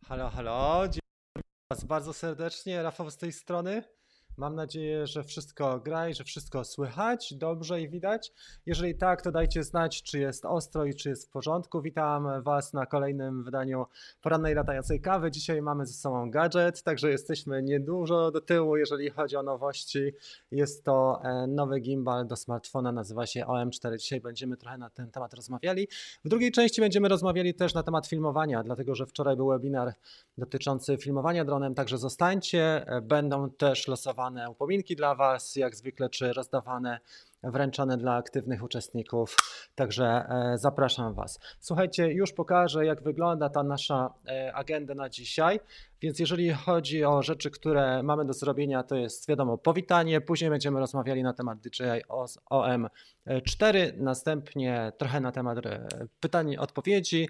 Halo, halo. Dzień Was bardzo serdecznie. Rafał z tej strony. Mam nadzieję, że wszystko gra i że wszystko słychać dobrze i widać. Jeżeli tak, to dajcie znać, czy jest ostro i czy jest w porządku. Witam Was na kolejnym wydaniu porannej latającej kawy. Dzisiaj mamy ze sobą gadżet, także jesteśmy niedużo do tyłu, jeżeli chodzi o nowości. Jest to nowy gimbal do smartfona, nazywa się OM4. Dzisiaj będziemy trochę na ten temat rozmawiali. W drugiej części będziemy rozmawiali też na temat filmowania, dlatego że wczoraj był webinar dotyczący filmowania dronem, także zostańcie. Będą też losowane upominki dla Was, jak zwykle, czy rozdawane, wręczone dla aktywnych uczestników, także zapraszam Was. Słuchajcie, już pokażę, jak wygląda ta nasza agenda na dzisiaj, więc jeżeli chodzi o rzeczy, które mamy do zrobienia, to jest wiadomo powitanie, później będziemy rozmawiali na temat DJI OM4, następnie trochę na temat pytań i odpowiedzi,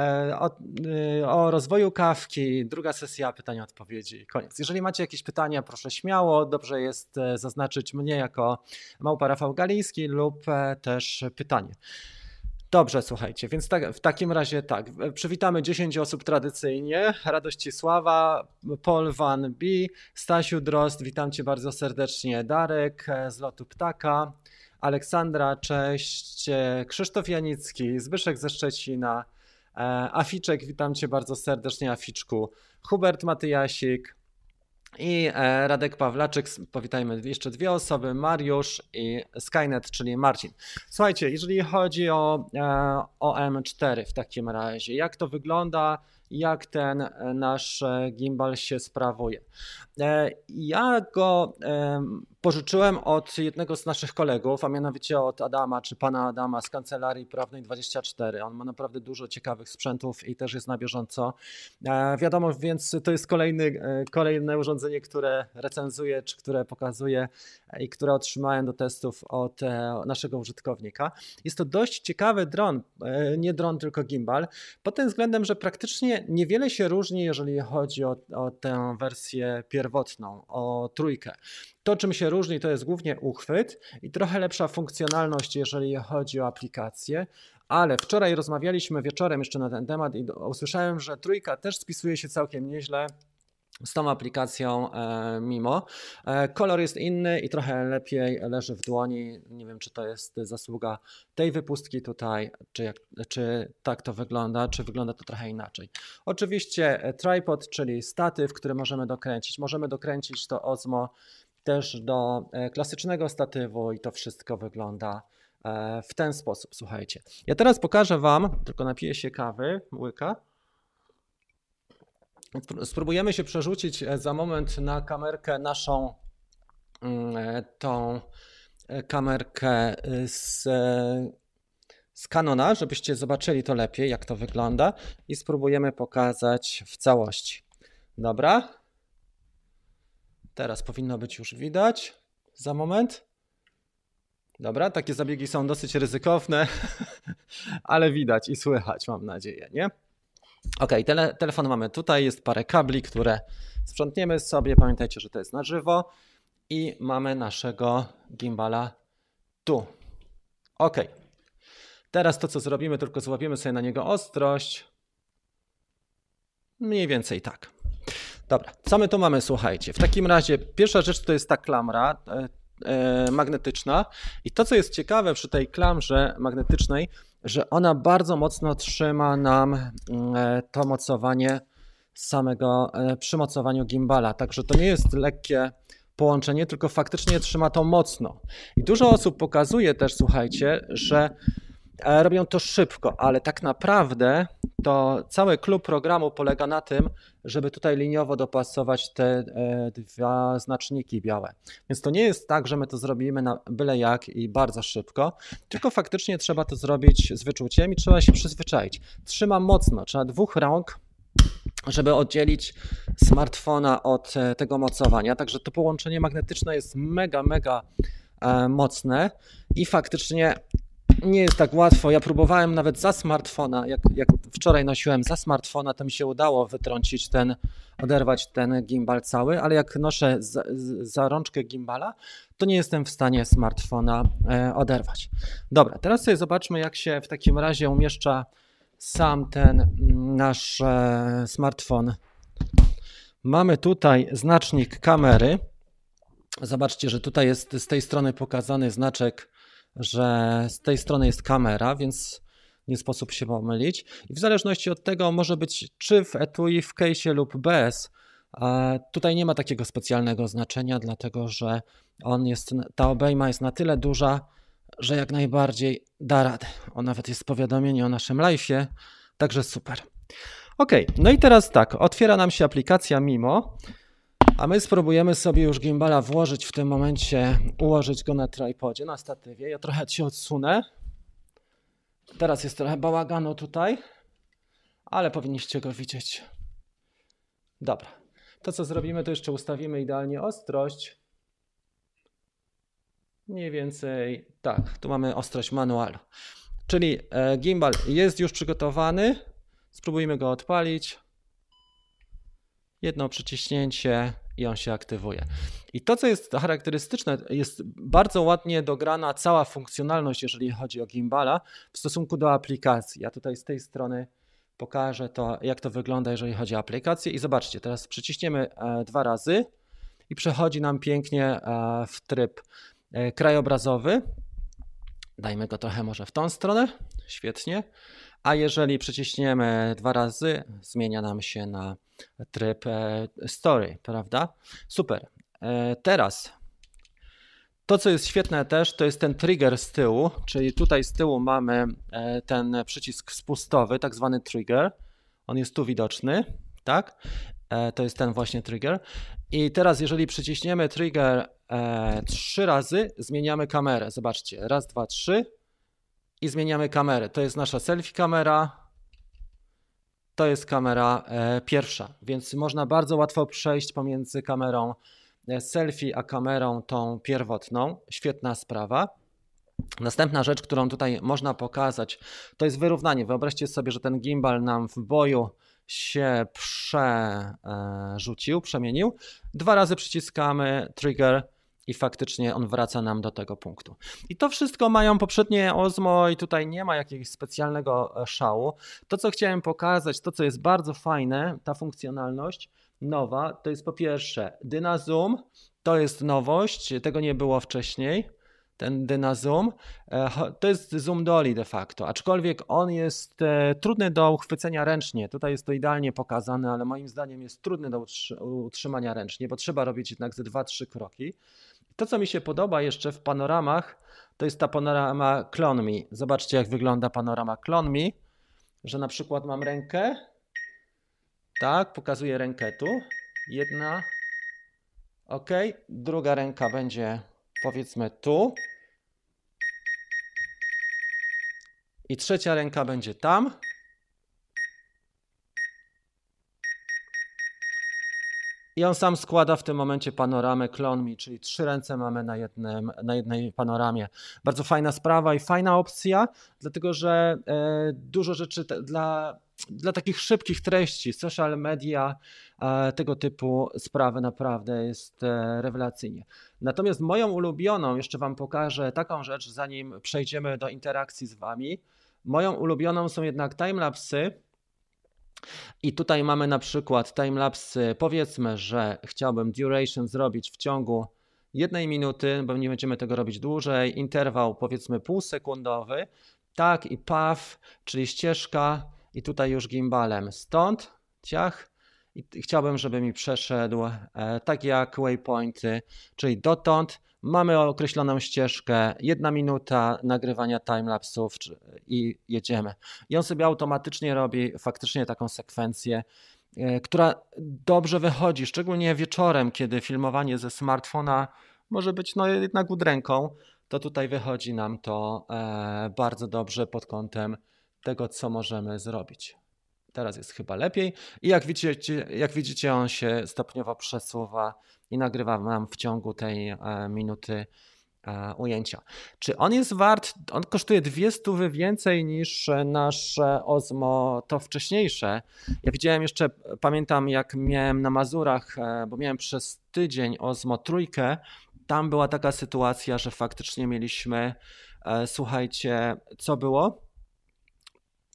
o rozwoju kawki, druga sesja pytań i odpowiedzi, koniec. Jeżeli macie jakieś pytania, proszę śmiało, dobrze jest zaznaczyć mnie jako Małpa Rafał Galiński lub też pytanie. Dobrze, słuchajcie, więc w takim razie tak, przywitamy 10 osób tradycyjnie, Radościsława, Paul Van B, Stasiu Drozd, witam Cię bardzo serdecznie, Darek z lotu ptaka, Aleksandra, cześć, Krzysztof Janicki, Zbyszek ze Szczecina, Aficzek, witam Cię bardzo serdecznie, Aficzku, Hubert Matyjasik i Radek Pawlaczek, powitajmy jeszcze dwie osoby, Mariusz i Skynet, czyli Marcin. Słuchajcie, jeżeli chodzi o OM4 w takim razie, jak to wygląda, jak ten nasz gimbal się sprawuje. Ja go pożyczyłem od jednego z naszych kolegów, a mianowicie od Adama, czy pana Adama z Kancelarii Prawnej 24. On ma naprawdę dużo ciekawych sprzętów i też jest na bieżąco. Wiadomo, więc to jest kolejne urządzenie, które recenzuję, czy które pokazuję i które otrzymałem do testów od naszego użytkownika. Jest to dość ciekawy dron, nie dron, tylko gimbal, pod tym względem, że praktycznie niewiele się różni, jeżeli chodzi o tę wersję pierwotną, o trójkę. To, czym się różni, to jest głównie uchwyt i trochę lepsza funkcjonalność, jeżeli chodzi o aplikację, ale wczoraj rozmawialiśmy wieczorem jeszcze na ten temat i usłyszałem, że trójka też spisuje się całkiem nieźle z tą aplikacją mimo. Kolor jest inny i trochę lepiej leży w dłoni. Nie wiem, czy to jest zasługa tej wypustki tutaj, czy tak to wygląda, czy wygląda to trochę inaczej. Oczywiście tripod, czyli statyw, który możemy dokręcić. Możemy dokręcić to Osmo też do klasycznego statywu i to wszystko wygląda w ten sposób, słuchajcie. Ja teraz pokażę Wam, tylko napiję się kawy, łyka. Spróbujemy się przerzucić za moment na kamerkę naszą, tą kamerkę z Canona, żebyście zobaczyli to lepiej, jak to wygląda i spróbujemy pokazać w całości. Dobra? Teraz powinno być już widać. Za moment. Dobra, takie zabiegi są dosyć ryzykowne, ale widać i słychać, mam nadzieję, nie? Ok, telefon mamy tutaj, jest parę kabli, które sprzątniemy sobie. Pamiętajcie, że to jest na żywo i mamy naszego gimbala tu. Ok, teraz to, co zrobimy, tylko złapiemy sobie na niego ostrość. Mniej więcej tak. Dobra, co my tu mamy, słuchajcie. W takim razie pierwsza rzecz to jest ta klamra magnetyczna i to, co jest ciekawe przy tej klamrze magnetycznej, że ona bardzo mocno trzyma nam to mocowanie samego przy mocowaniu gimbala, także to nie jest lekkie połączenie, tylko faktycznie trzyma to mocno. I dużo osób pokazuje też, słuchajcie, że robią to szybko, ale tak naprawdę to cały klub programu polega na tym, żeby tutaj liniowo dopasować te dwa znaczniki białe. Więc to nie jest tak, że my to zrobimy na byle jak i bardzo szybko, tylko faktycznie trzeba to zrobić z wyczuciem i trzeba się przyzwyczaić. Trzyma mocno, trzeba dwóch rąk, żeby oddzielić smartfona od tego mocowania. Także to połączenie magnetyczne jest mega mocne i faktycznie nie jest tak łatwo. Ja próbowałem nawet za smartfona, jak wczoraj nosiłem za smartfona, to mi się udało oderwać ten gimbal cały, ale jak noszę za rączkę gimbala, to nie jestem w stanie smartfona oderwać. Dobra, teraz sobie zobaczmy, jak się w takim razie umieszcza sam ten nasz smartfon. Mamy tutaj znacznik kamery. Zobaczcie, że tutaj jest z tej strony pokazany znaczek, że z tej strony jest kamera, więc nie sposób się pomylić. I w zależności od tego może być czy w etui, w case'ie lub bez. Tutaj nie ma takiego specjalnego znaczenia, dlatego że ta obejma jest na tyle duża, że jak najbardziej da radę. Nawet jest powiadomienie o naszym live'ie, także super. Ok, no i teraz tak, otwiera nam się aplikacja Mimo, a my spróbujemy sobie już gimbala włożyć w tym momencie, ułożyć go na tripodzie, na statywie. Ja trochę się odsunę. Teraz jest trochę bałaganu tutaj, ale powinniście go widzieć. Dobra, to co zrobimy, to jeszcze ustawimy idealnie ostrość. Mniej więcej tak, tu mamy ostrość manual. Czyli gimbal jest już przygotowany. Spróbujmy go odpalić. Jedno przyciśnięcie i on się aktywuje. I to, co jest charakterystyczne, jest bardzo ładnie dograna cała funkcjonalność, jeżeli chodzi o gimbala w stosunku do aplikacji. Ja tutaj z tej strony pokażę to, jak to wygląda, jeżeli chodzi o aplikację. I zobaczcie, teraz przyciśniemy 2 razy i przechodzi nam pięknie w tryb krajobrazowy. Dajmy go trochę może w tą stronę. Świetnie. A jeżeli przyciśniemy 2 razy, zmienia nam się na tryb story, prawda? Super. Teraz to, co jest świetne też, to jest ten trigger z tyłu, czyli tutaj z tyłu mamy ten przycisk spustowy, tak zwany trigger. On jest tu widoczny, tak? To jest ten właśnie trigger. I teraz jeżeli przyciśniemy trigger 3 razy, zmieniamy kamerę. Zobaczcie, raz, dwa, trzy i zmieniamy kamerę. To jest nasza selfie kamera. To jest kamera pierwsza, więc można bardzo łatwo przejść pomiędzy kamerą selfie a kamerą tą pierwotną. Świetna sprawa. Następna rzecz, którą tutaj można pokazać, to jest wyrównanie. Wyobraźcie sobie, że ten gimbal nam w boju się przemienił. 2 razy przyciskamy trigger i faktycznie on wraca nam do tego punktu. I to wszystko mają poprzednie Osmo i tutaj nie ma jakiegoś specjalnego szału. To, co chciałem pokazać, to co jest bardzo fajne, ta funkcjonalność nowa, to jest po pierwsze DynaZoom, to jest nowość, tego nie było wcześniej. Ten DynaZoom, to jest zoom dolly de facto, aczkolwiek on jest trudny do uchwycenia ręcznie. Tutaj jest to idealnie pokazane, ale moim zdaniem jest trudny do utrzymania ręcznie, bo trzeba robić jednak ze 2-3 kroki. To, co mi się podoba jeszcze w panoramach, to jest ta panorama Clone Me. Zobaczcie, jak wygląda panorama Clone Me, że na przykład mam rękę, tak, pokazuję rękę tu, jedna, ok, druga ręka będzie powiedzmy tu i trzecia ręka będzie tam. I on sam składa w tym momencie panoramę Clone Me, czyli 3 ręce mamy na jednej panoramie. Bardzo fajna sprawa i fajna opcja, dlatego że dużo rzeczy dla takich szybkich treści, social media, tego typu sprawy naprawdę jest rewelacyjnie. Natomiast moją ulubioną, jeszcze Wam pokażę taką rzecz, zanim przejdziemy do interakcji z Wami. Moją ulubioną są jednak timelapsy. I tutaj mamy na przykład timelapsy, powiedzmy, że chciałbym duration zrobić w ciągu 1 minuty, bo nie będziemy tego robić dłużej, interwał powiedzmy półsekundowy, tak i path, czyli ścieżka i tutaj już gimbalem stąd, ciach i chciałbym, żeby mi przeszedł tak jak waypointy, czyli dotąd. Mamy określoną ścieżkę, 1 minuta nagrywania timelapsów i jedziemy. I on sobie automatycznie robi faktycznie taką sekwencję, która dobrze wychodzi, szczególnie wieczorem, kiedy filmowanie ze smartfona może być jednak udręką, to tutaj wychodzi nam to bardzo dobrze pod kątem tego, co możemy zrobić. Teraz jest chyba lepiej i jak widzicie, on się stopniowo przesuwa i nagrywa nam w ciągu tej minuty ujęcia. Czy on jest wart? On kosztuje 200 więcej niż nasze Osmo to wcześniejsze. Ja widziałem jeszcze, pamiętam jak miałem na Mazurach, bo miałem przez tydzień Osmo trójkę, tam była taka sytuacja, że faktycznie mieliśmy, słuchajcie, co było?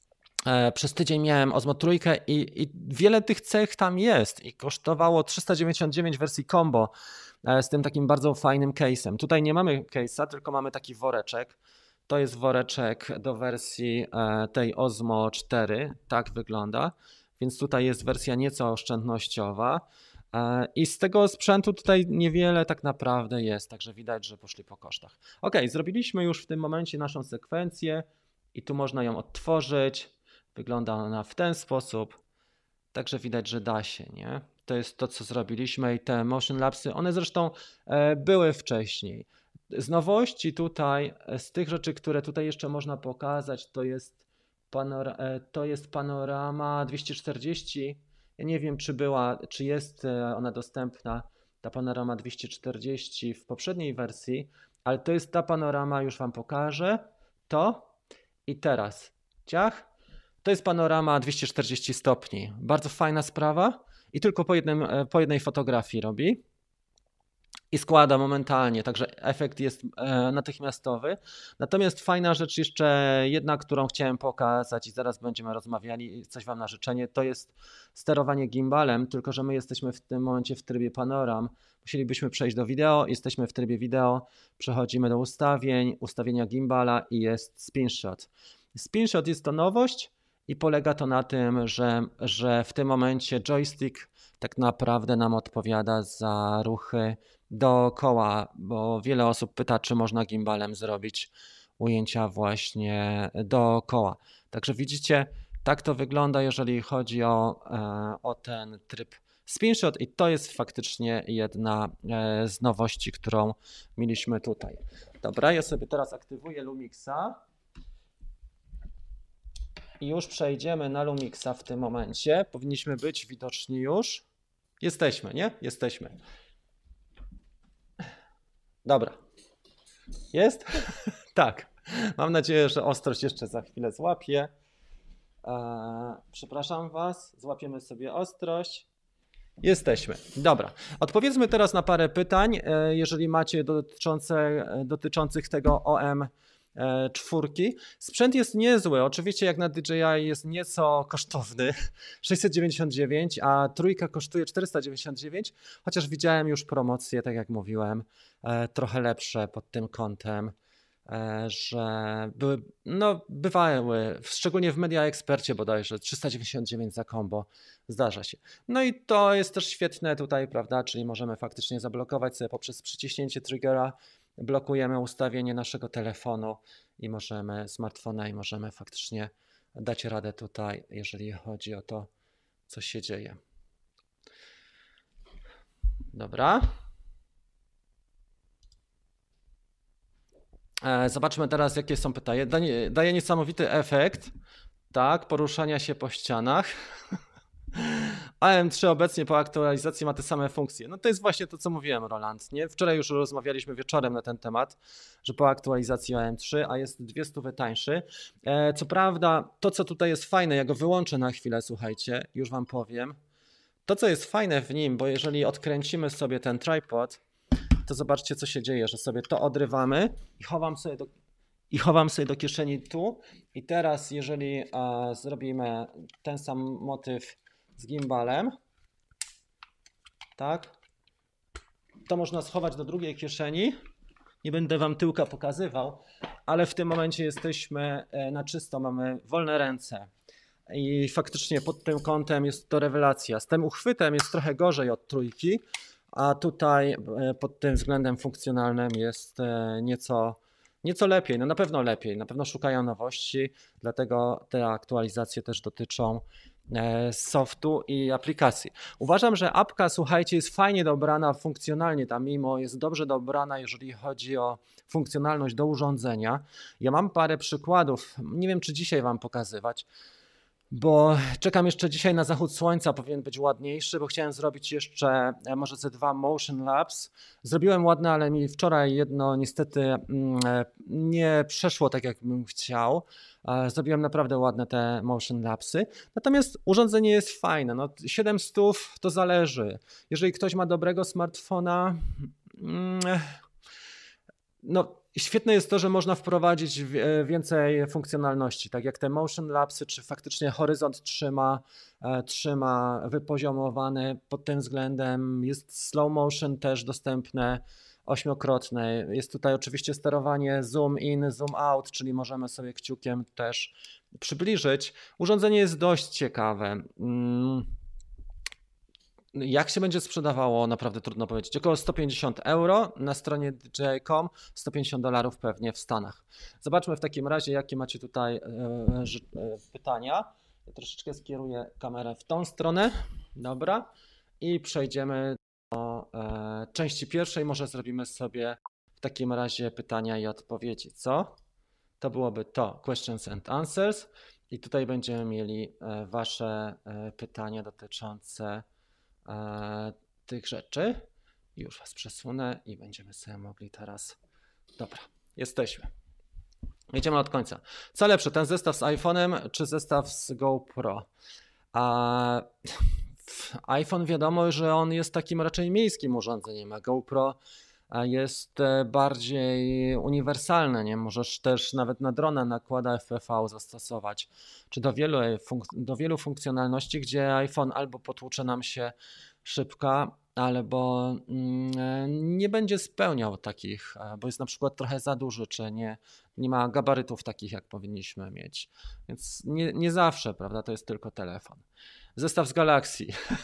Przez tydzień miałem Osmo trójkę i wiele tych cech tam jest i kosztowało 399 w wersji combo z tym takim bardzo fajnym case'em. Tutaj nie mamy case'a, tylko mamy taki woreczek. To jest woreczek do wersji tej Osmo 4, tak wygląda, więc tutaj jest wersja nieco oszczędnościowa i z tego sprzętu tutaj niewiele tak naprawdę jest, także widać, że poszli po kosztach. Ok, zrobiliśmy już w tym momencie naszą sekwencję i tu można ją odtworzyć. Wygląda ona w ten sposób, także widać, że da się, nie? To jest to, co zrobiliśmy i te motion lapsy, one zresztą były wcześniej. Z nowości tutaj, z tych rzeczy, które tutaj jeszcze można pokazać, to jest panorama 240. Ja nie wiem, czy jest ona dostępna, ta panorama 240 w poprzedniej wersji, ale to jest ta panorama, już Wam pokażę. To i teraz. Ciach. To jest panorama 240 stopni. Bardzo fajna sprawa i tylko po jednej fotografii robi i składa momentalnie, także efekt jest natychmiastowy. Natomiast fajna rzecz jeszcze jedna, którą chciałem pokazać i zaraz będziemy rozmawiali, coś Wam na życzenie, to jest sterowanie gimbalem, tylko że my jesteśmy w tym momencie w trybie panoram. Musielibyśmy przejść do wideo, jesteśmy w trybie wideo, przechodzimy do ustawienia gimbala i jest spinshot. Spinshot jest to nowość i polega to na tym, że w tym momencie joystick tak naprawdę nam odpowiada za ruchy dookoła, bo wiele osób pyta, czy można gimbalem zrobić ujęcia właśnie dookoła. Także widzicie, tak to wygląda, jeżeli chodzi o ten tryb spinshot i to jest faktycznie jedna z nowości, którą mieliśmy tutaj. Dobra, ja sobie teraz aktywuję Lumixa i już przejdziemy na Lumixa w tym momencie. Powinniśmy być widoczni już. Jesteśmy, nie? Jesteśmy. Dobra. Jest? Tak. Mam nadzieję, że ostrość jeszcze za chwilę złapie. Przepraszam Was. Złapiemy sobie ostrość. Jesteśmy. Dobra. Odpowiedzmy teraz na parę pytań, jeżeli macie dotyczących tego OM4. Sprzęt jest niezły, oczywiście jak na DJI jest nieco kosztowny, 699, a trójka kosztuje 499, chociaż widziałem już promocje, tak jak mówiłem, trochę lepsze pod tym kątem, że bywały, szczególnie w Media Expercie bodajże, 399 za combo, zdarza się. No i to jest też świetne tutaj, prawda, czyli możemy faktycznie zablokować sobie poprzez przyciśnięcie triggera, blokujemy ustawienie naszego telefonu i smartfona i możemy faktycznie dać radę tutaj, jeżeli chodzi o to, co się dzieje. Dobra. Zobaczmy teraz, jakie są pytania. Daje niesamowity efekt, tak, poruszania się po ścianach. AM3 obecnie po aktualizacji ma te same funkcje. No to jest właśnie to, co mówiłem, Roland, nie? Wczoraj już rozmawialiśmy wieczorem na ten temat, że po aktualizacji AM3, a jest 200 tańszy. Co prawda, to co tutaj jest fajne, ja go wyłączę na chwilę, słuchajcie, już Wam powiem. To, co jest fajne w nim, bo jeżeli odkręcimy sobie ten tripod, to zobaczcie, co się dzieje, że sobie to odrywamy i chowam sobie do kieszeni tu. I teraz, jeżeli zrobimy ten sam motyw z gimbalem, tak, to można schować do drugiej kieszeni. Nie będę Wam tyłka pokazywał, ale w tym momencie jesteśmy na czysto, mamy wolne ręce. I faktycznie pod tym kątem jest to rewelacja. Z tym uchwytem jest trochę gorzej od trójki, a tutaj pod tym względem funkcjonalnym jest nieco lepiej, no na pewno lepiej, na pewno szukają nowości, dlatego te aktualizacje też dotyczą softu i aplikacji. Uważam, że apka, słuchajcie, jest fajnie dobrana funkcjonalnie, ta Mimo jest dobrze dobrana, jeżeli chodzi o funkcjonalność do urządzenia. Ja mam parę przykładów, nie wiem, czy dzisiaj Wam pokazywać, bo czekam jeszcze dzisiaj na zachód słońca, powinien być ładniejszy, bo chciałem zrobić jeszcze może ze 2 motion labs. Zrobiłem ładne, ale mi wczoraj jedno niestety nie przeszło tak, jak bym chciał. Zrobiłem naprawdę ładne te motion lapsy. Natomiast urządzenie jest fajne. No 700 to zależy. Jeżeli ktoś ma dobrego smartfona, no Świetne jest to, że można wprowadzić więcej funkcjonalności, tak jak te motion lapsy, czy faktycznie horyzont trzyma wypoziomowany pod tym względem. Jest slow motion też dostępne, ośmiokrotne. Jest tutaj oczywiście sterowanie zoom in, zoom out, czyli możemy sobie kciukiem też przybliżyć. Urządzenie jest dość ciekawe. Jak się będzie sprzedawało, naprawdę trudno powiedzieć. Około 150 euro na stronie DJI.com, $150 pewnie w Stanach. Zobaczmy w takim razie, jakie macie tutaj pytania. Ja troszeczkę skieruję kamerę w tą stronę. Dobra. I przejdziemy do części pierwszej. Może zrobimy sobie w takim razie pytania i odpowiedzi. Co? To byłoby to, questions and answers. I tutaj będziemy mieli wasze pytania dotyczące tych rzeczy. Już was przesunę i będziemy sobie mogli teraz. Dobra, jesteśmy. Jedziemy od końca. Co lepsze, ten zestaw z iPhone'em czy zestaw z GoPro? iPhone wiadomo, że on jest takim raczej miejskim urządzeniem, a GoPro jest bardziej uniwersalne, nie? Możesz też nawet na drona nakłada FPV zastosować, czy do wielu funkcjonalności, gdzie iPhone albo potłucze nam się szybka, albo nie będzie spełniał takich, bo jest na przykład trochę za duży, czy nie ma gabarytów takich, jak powinniśmy mieć. Więc nie zawsze, prawda, to jest tylko telefon. Zestaw z Galaxy.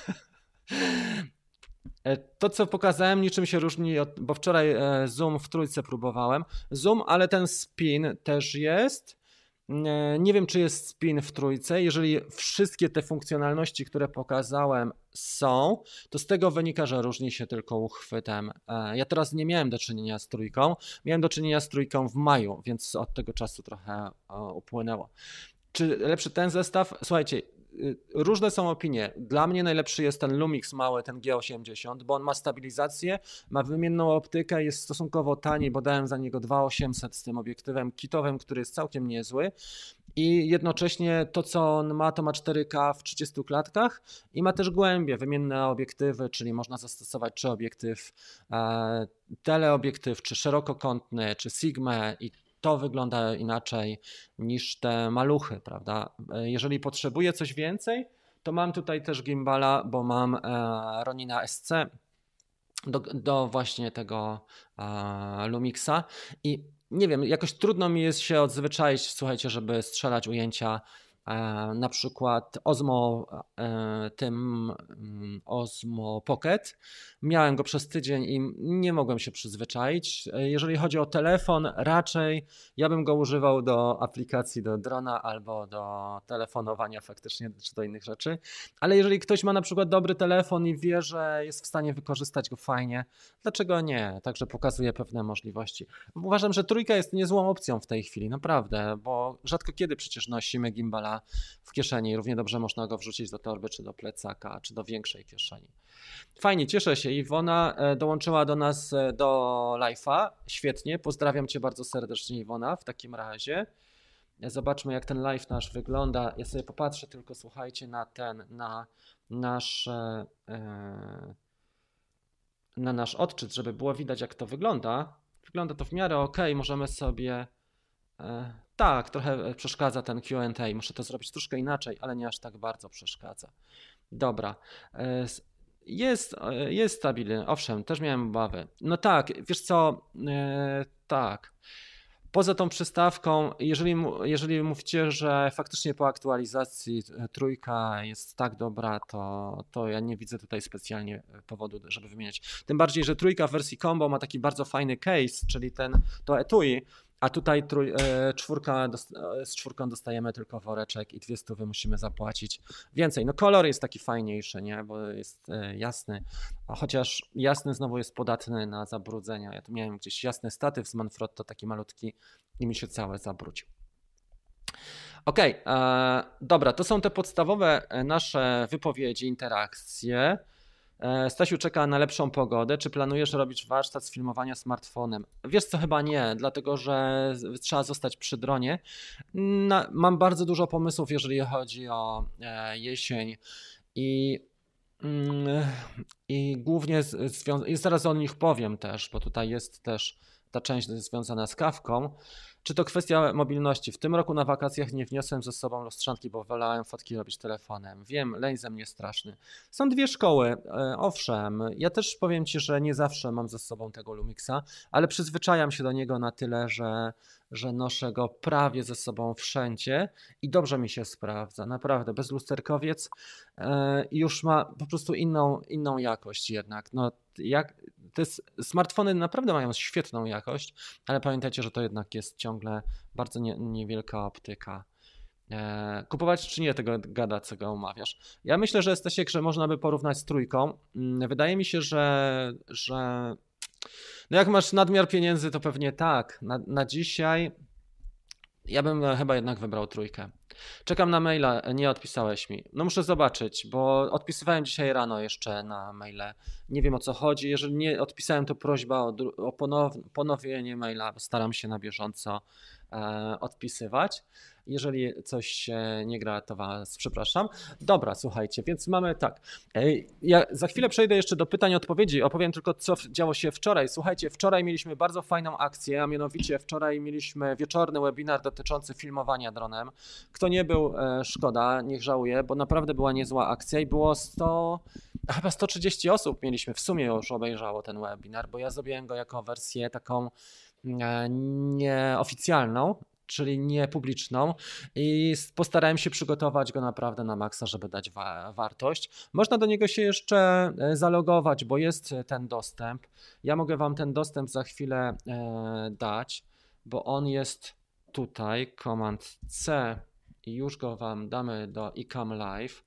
To, co pokazałem, niczym się różni, bo wczoraj zoom w trójce próbowałem. Zoom, ale ten spin też jest. Nie wiem, czy jest spin w trójce. Jeżeli wszystkie te funkcjonalności, które pokazałem, są, to z tego wynika, że różni się tylko uchwytem. Ja teraz nie miałem do czynienia z trójką. Miałem do czynienia z trójką w maju, więc od tego czasu trochę upłynęło. Czy lepszy ten zestaw? Słuchajcie, różne są opinie. Dla mnie najlepszy jest ten Lumix mały, ten G80, bo on ma stabilizację, ma wymienną optykę, jest stosunkowo tani, bo dałem za niego 2800 z tym obiektywem kitowym, który jest całkiem niezły. I jednocześnie to, co on ma, to ma 4K w 30 klatkach i ma też głębie, wymienne obiektywy, czyli można zastosować czy obiektyw teleobiektyw, czy szerokokątny, czy Sigma i to wygląda inaczej niż te maluchy, prawda? Jeżeli potrzebuję coś więcej, to mam tutaj też gimbala, bo mam Ronina SC do właśnie tego Lumixa i nie wiem, jakoś trudno mi jest się odzwyczaić, słuchajcie, żeby strzelać ujęcia na przykład Osmo Pocket. Miałem go przez tydzień i nie mogłem się przyzwyczaić. Jeżeli chodzi o telefon, raczej ja bym go używał do aplikacji do drona albo do telefonowania faktycznie, czy do innych rzeczy. Ale jeżeli ktoś ma na przykład dobry telefon i wie, że jest w stanie wykorzystać go fajnie, dlaczego nie? Także pokazuje pewne możliwości. Uważam, że trójka jest niezłą opcją w tej chwili, naprawdę, bo rzadko kiedy przecież nosimy gimbala w kieszeni. Równie dobrze można go wrzucić do torby, czy do plecaka, czy do większej kieszeni. Fajnie, cieszę się. Iwona dołączyła do nas do live'a. Świetnie, pozdrawiam Cię bardzo serdecznie, Iwona, w takim razie. Zobaczmy, jak ten live nasz wygląda. Ja sobie popatrzę tylko, słuchajcie, na nasz odczyt, żeby było widać, jak to wygląda. Wygląda to w miarę ok. Możemy sobie... Tak, trochę przeszkadza ten Q&A. Muszę to zrobić troszkę inaczej, ale nie aż tak bardzo przeszkadza. Dobra. Jest stabilny. Owszem, też miałem obawy. No tak, wiesz co? Tak. Poza tą przystawką, jeżeli mówicie, że faktycznie po aktualizacji trójka jest tak dobra, to ja nie widzę tutaj specjalnie powodu, żeby wymieniać. Tym bardziej, że trójka w wersji combo ma taki bardzo fajny case, czyli to etui, a tutaj z czwórką dostajemy tylko woreczek i 200 musimy zapłacić więcej. No kolor jest taki fajniejszy, nie? Bo jest jasny, a chociaż jasny znowu jest podatny na zabrudzenia. Ja tu miałem gdzieś jasny statyw z Manfrotto, taki malutki i mi się całe zabrudził. Okej, dobra, to są te podstawowe nasze wypowiedzi, interakcje. Stasiu czeka na lepszą pogodę. Czy planujesz robić warsztat z filmowania smartfonem? Wiesz co, chyba nie, dlatego że trzeba zostać przy dronie. Mam bardzo dużo pomysłów, jeżeli chodzi o jesień i głównie zaraz o nich powiem też, bo tutaj jest też ta część związana z kawką. Czy to kwestia mobilności? W tym roku na wakacjach nie wniosłem ze sobą lustrzanki, bo wolałem fotki robić telefonem. Wiem, leń ze mnie straszny. Są dwie szkoły, owszem. Ja też powiem Ci, że nie zawsze mam ze sobą tego Lumixa, ale przyzwyczajam się do niego na tyle, że noszę go prawie ze sobą wszędzie i dobrze mi się sprawdza. Naprawdę, bezlusterkowiec już ma po prostu inną jakość jednak. No, smartfony naprawdę mają świetną jakość, ale pamiętajcie, że to jednak jest ciągle bardzo niewielka optyka. Kupować czy nie tego gada, co go omawiasz? Ja myślę, że Stasiek, że można by porównać z trójką. Wydaje mi się, że no jak masz nadmiar pieniędzy, to pewnie tak. Na dzisiaj ja bym chyba jednak wybrał trójkę. Czekam na maila, nie odpisałeś mi. No muszę zobaczyć, bo odpisywałem dzisiaj rano jeszcze na maile. Nie wiem o co chodzi. Jeżeli nie odpisałem, to prośba o ponowienie maila. Staram się na bieżąco odpisywać. Jeżeli coś się nie gra, to Was przepraszam. Dobra, słuchajcie, więc mamy tak. Ja za chwilę przejdę jeszcze do pytań i odpowiedzi. Opowiem tylko, co działo się wczoraj. Słuchajcie, wczoraj mieliśmy bardzo fajną akcję, a mianowicie wczoraj mieliśmy wieczorny webinar dotyczący filmowania dronem. Kto nie był, szkoda, niech żałuje, bo naprawdę była niezła akcja i było chyba 130 osób mieliśmy w sumie już obejrzało ten webinar, bo ja zrobiłem go jako wersję taką nieoficjalną, czyli niepubliczną i postarałem się przygotować go naprawdę na maksa, żeby dać wartość. Można do niego się jeszcze zalogować, bo jest ten dostęp. Ja mogę Wam ten dostęp za chwilę dać, bo on jest tutaj, Command C i już go Wam damy do iCam Live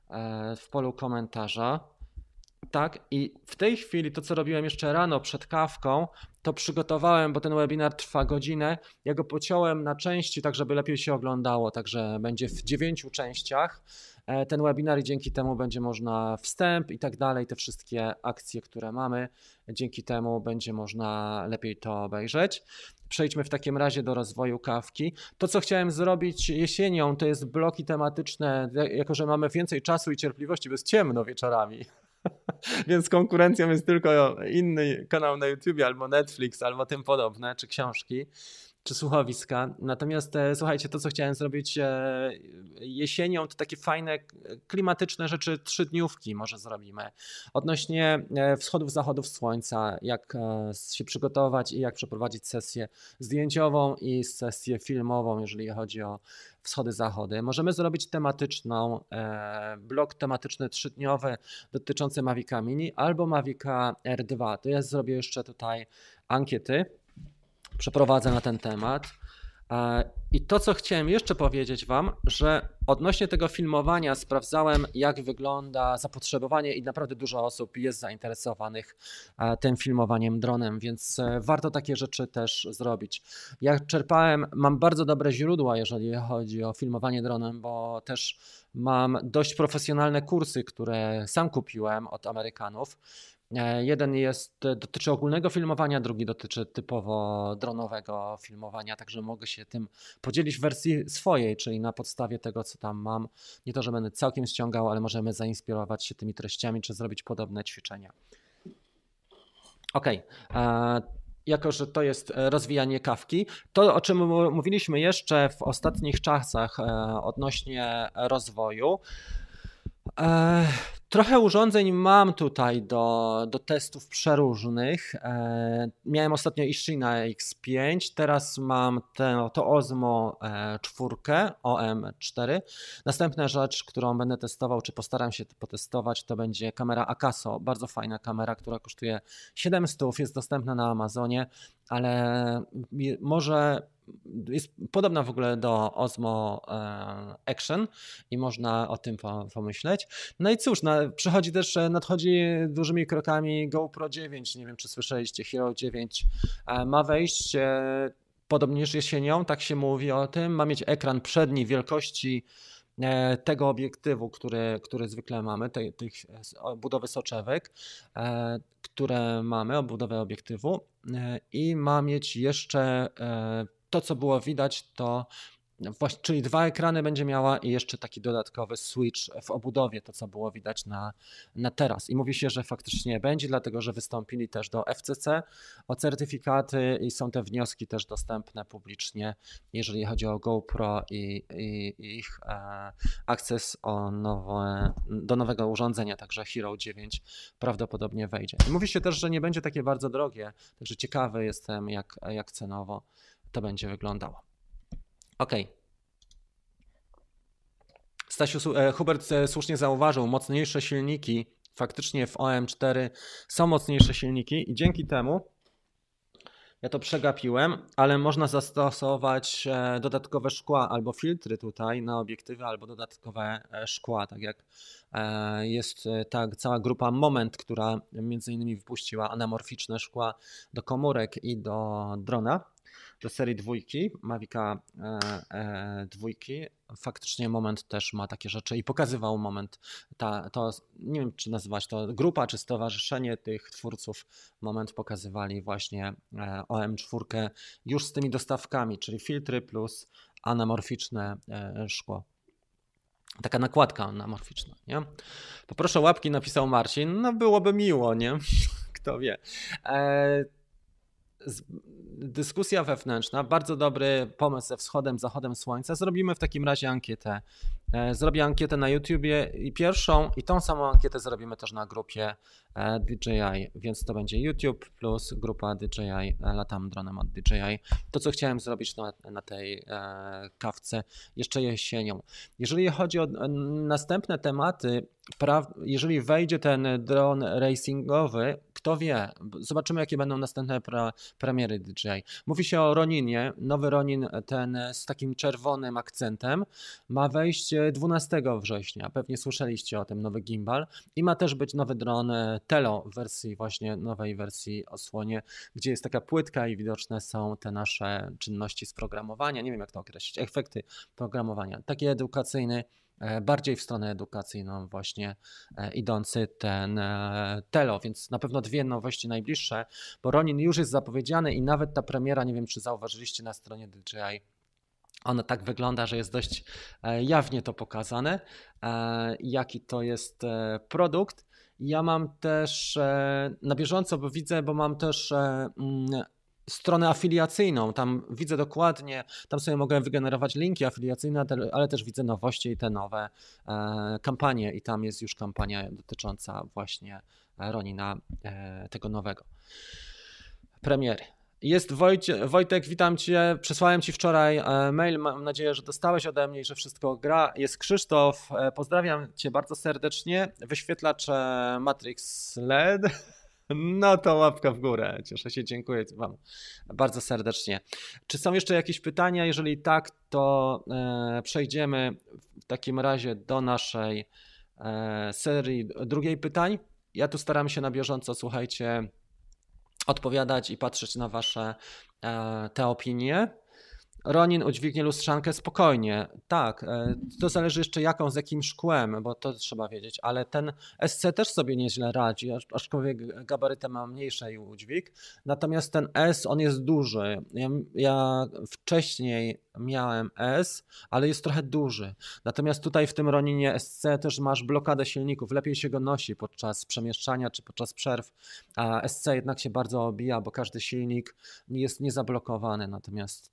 w polu komentarza. Tak, i w tej chwili to, co robiłem jeszcze rano przed kawką, to przygotowałem, bo ten webinar trwa godzinę. Ja go pociąłem na części, tak żeby lepiej się oglądało, także będzie w 9 częściach ten webinar i dzięki temu będzie można wstęp i tak dalej, te wszystkie akcje, które mamy, dzięki temu będzie można lepiej to obejrzeć. Przejdźmy w takim razie do rozwoju kawki. To, co chciałem zrobić jesienią, to jest bloki tematyczne, jako że mamy więcej czasu i cierpliwości, bo jest ciemno wieczorami. Więc konkurencją jest tylko inny kanał na YouTube, albo Netflix, albo tym podobne, czy książki, czy słuchowiska. Natomiast słuchajcie, to co chciałem zrobić jesienią, to takie fajne, klimatyczne rzeczy, 3-dniówki może zrobimy. Odnośnie wschodów, zachodów słońca, jak się przygotować i jak przeprowadzić sesję zdjęciową i sesję filmową, jeżeli chodzi o wschody, zachody. Możemy zrobić tematyczną, blok tematyczny 3-dniowy dotyczący Mavica Mini albo Mavica R2. To ja zrobię jeszcze tutaj ankiety, przeprowadzę na ten temat. I to, co chciałem jeszcze powiedzieć Wam, że odnośnie tego filmowania sprawdzałem, jak wygląda zapotrzebowanie i naprawdę dużo osób jest zainteresowanych tym filmowaniem dronem, więc warto takie rzeczy też zrobić. Ja mam bardzo dobre źródła, jeżeli chodzi o filmowanie dronem, bo też mam dość profesjonalne kursy, które sam kupiłem od Amerykanów. Jeden dotyczy ogólnego filmowania, drugi dotyczy typowo dronowego filmowania, także mogę się tym podzielić w wersji swojej, czyli na podstawie tego, co tam mam. Nie to, że będę całkiem ściągał, ale możemy zainspirować się tymi treściami, czy zrobić podobne ćwiczenia. Ok. Jako że to jest rozwijanie kawki, to o czym mówiliśmy jeszcze w ostatnich czasach odnośnie rozwoju, trochę urządzeń mam tutaj do testów przeróżnych. Miałem ostatnio Ishina X5, teraz mam to Osmo 4, OM4. Następna rzecz, którą będę testował, czy postaram się potestować, to będzie kamera Akaso. Bardzo fajna kamera, która kosztuje 700, jest dostępna na Amazonie, ale może jest podobna w ogóle do Osmo Action i można o tym pomyśleć. No i cóż, nadchodzi dużymi krokami GoPro 9, nie wiem czy słyszeliście, Hero 9 ma wejść podobnież jesienią, tak się mówi o tym, ma mieć ekran przedni wielkości tego obiektywu, który zwykle mamy, tych budowy soczewek, które mamy, obudowę obiektywu i ma mieć jeszcze to, co było widać, to czyli 2 ekrany będzie miała i jeszcze taki dodatkowy switch w obudowie, to co było widać na teraz. I mówi się, że faktycznie będzie, dlatego że wystąpili też do FCC o certyfikaty i są te wnioski też dostępne publicznie, jeżeli chodzi o GoPro i ich akces do nowego urządzenia, także Hero 9 prawdopodobnie wejdzie. I mówi się też, że nie będzie takie bardzo drogie, także ciekawy jestem, jak cenowo to będzie wyglądało. OK. Hubert słusznie zauważył, mocniejsze silniki, faktycznie w OM4 są mocniejsze silniki i dzięki temu, ja to przegapiłem, ale można zastosować dodatkowe szkła albo filtry tutaj na obiektywy, albo dodatkowe szkła, tak jak jest ta cała grupa Moment, która między innymi wypuściła anamorficzne szkła do komórek i do drona, do serii 2, Mavica 2. Faktycznie Moment też ma takie rzeczy i pokazywał Moment, to nie wiem czy nazywać to grupa czy stowarzyszenie tych twórców, Moment pokazywali właśnie OM4 już z tymi dostawkami, czyli filtry plus anamorficzne szkło. Taka nakładka anamorficzna, nie? Poproszę łapki, napisał Marcin, no byłoby miło, nie? Kto wie. Dyskusja wewnętrzna, bardzo dobry pomysł ze wschodem, zachodem słońca. Zrobimy w takim razie ankietę. Zrobię ankietę na YouTubie i pierwszą i tą samą ankietę zrobimy też na grupie DJI, więc to będzie YouTube plus grupa DJI, latam dronem od DJI. To co chciałem zrobić na tej kawce jeszcze jesienią. Jeżeli chodzi o następne tematy, jeżeli wejdzie ten dron racingowy, kto wie, zobaczymy jakie będą następne premiery DJI. Mówi się o Roninie, nowy Ronin ten z takim czerwonym akcentem ma wejść 12 września, pewnie słyszeliście o tym, nowy gimbal i ma też być nowy dron Telo w wersji właśnie nowej wersji osłonie, gdzie jest taka płytka i widoczne są te nasze czynności z programowania, nie wiem jak to określić, efekty programowania, taki edukacyjny, bardziej w stronę edukacyjną właśnie idący ten Telo, więc na pewno 2 nowości najbliższe, bo Ronin już jest zapowiedziany i nawet ta premiera, nie wiem czy zauważyliście na stronie DJI, ona tak wygląda, że jest dość jawnie to pokazane, jaki to jest produkt. Ja mam też na bieżąco, bo widzę, bo mam też stronę afiliacyjną, tam widzę dokładnie, tam sobie mogę wygenerować linki afiliacyjne, ale też widzę nowości i te nowe kampanie i tam jest już kampania dotycząca właśnie Ronina tego nowego premiery. Jest Wojtek, witam Cię, przesłałem Ci wczoraj mail, mam nadzieję, że dostałeś ode mnie i że wszystko gra. Jest Krzysztof, pozdrawiam Cię bardzo serdecznie, wyświetlacz Matrix LED, no to łapka w górę, cieszę się, dziękuję Wam bardzo serdecznie. Czy są jeszcze jakieś pytania? Jeżeli tak, to przejdziemy w takim razie do naszej serii drugiej pytań. Ja tu staram się na bieżąco, słuchajcie, odpowiadać i patrzeć na Wasze te opinie. Ronin udźwignie lustrzankę spokojnie. Tak, to zależy jeszcze jaką, z jakim szkłem, bo to trzeba wiedzieć, ale ten SC też sobie nieźle radzi, aczkolwiek gabarytę ma mniejszy udźwig. Natomiast ten S, on jest duży. Ja wcześniej miałem S, ale jest trochę duży. Natomiast tutaj w tym Roninie SC też masz blokadę silników, lepiej się go nosi podczas przemieszczania czy podczas przerw, a SC jednak się bardzo obija, bo każdy silnik jest niezablokowany, natomiast